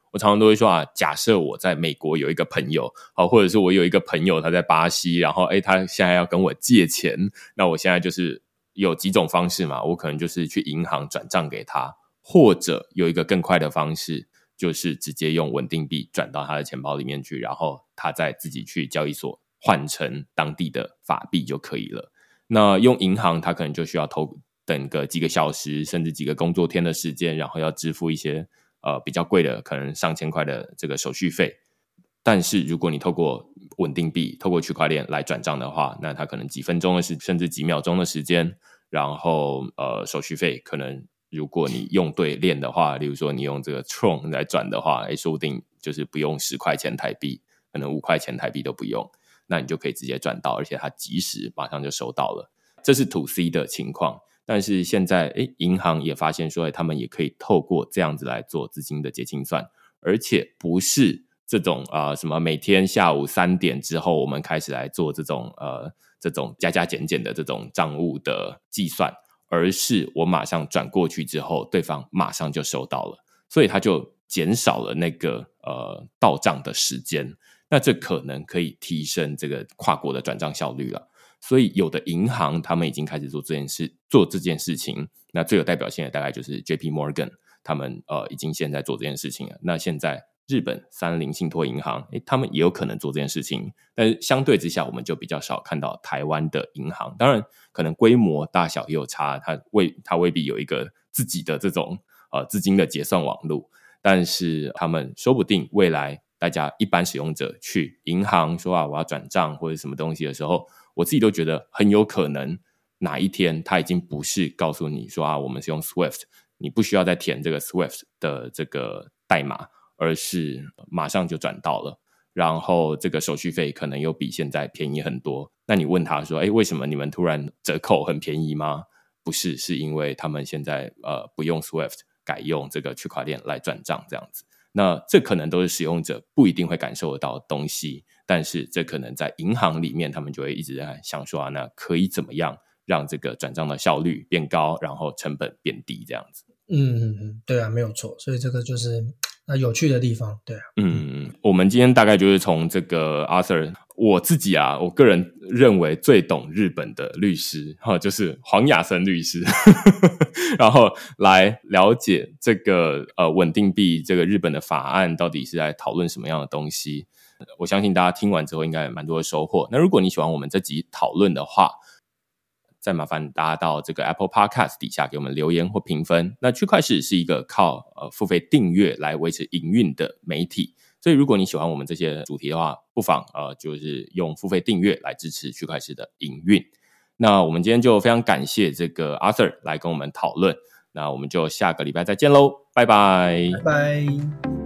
我常常都会说啊，假设我在美国有一个朋友，好，或者是我有一个朋友他在巴西，然后诶他现在要跟我借钱，那我现在就是有几种方式嘛，我可能就是去银行转账给他，或者有一个更快的方式，就是直接用稳定币转到他的钱包里面去，然后他再自己去交易所换成当地的法币就可以了。那用银行他可能就需要投等个几个小时甚至几个工作天的时间，然后要支付一些呃比较贵的可能上千块的这个手续费。但是如果你透过稳定币透过区块链来转账的话，那它可能几分钟的时甚至几秒钟的时间，然后呃手续费可能如果你用对链的话，例如说你用这个 Tron 来转的话，诶说不定就是不用十块钱台币，可能五块钱台币都不用，那你就可以直接转到，而且它即时马上就收到了。这是 to C 的情况。但是现在诶银行也发现说诶他们也可以透过这样子来做资金的结清算，而且不是这种呃什么每天下午三点之后我们开始来做这种呃这种加加减减的这种账务的计算，而是我马上转过去之后对方马上就收到了，所以它就减少了那个呃到账的时间，那这可能可以提升这个跨国的转账效率了。所以有的银行他们已经开始做这件事做这件事情，那最有代表性的大概就是 J P Morgan 他们呃已经现在做这件事情了。那现在日本三菱信托银行诶他们也有可能做这件事情，但是相对之下我们就比较少看到台湾的银行，当然可能规模大小也有差，它未它未必有一个自己的这种呃资金的结算网路，但是他们说不定未来大家一般使用者去银行说啊我要转账或者什么东西的时候，我自己都觉得很有可能哪一天他已经不是告诉你说啊我们是用 Swift， 你不需要再填这个 Swift 的这个代码，而是马上就转到了，然后这个手续费可能又比现在便宜很多。那你问他说诶为什么你们突然折扣很便宜吗？不是，是因为他们现在呃不用 Swift 改用这个区块链来转账这样子。那这可能都是使用者不一定会感受得到的东西，但是这可能在银行里面他们就会一直在想说啊，那可以怎么样让这个转账的效率变高，然后成本变低这样子。 嗯，对啊，没有错，所以这个就是呃有趣的地方，对啊。 嗯，我们今天大概就是从这个 Arthur， 我自己啊，我个人认为最懂日本的律师，就是黄雅森律师，然后来了解这个呃稳定币这个日本的法案到底是在讨论什么样的东西。我相信大家听完之后应该有蛮多的收获。那如果你喜欢我们这集讨论的话，再麻烦大家到这个 Apple Podcast 底下给我们留言或评分。那区块市是一个靠呃付费订阅来维持营运的媒体，所以如果你喜欢我们这些主题的话，不妨呃就是用付费订阅来支持区块市的营运。那我们今天就非常感谢这个 Arthur 来跟我们讨论，那我们就下个礼拜再见喽，拜拜， 拜拜。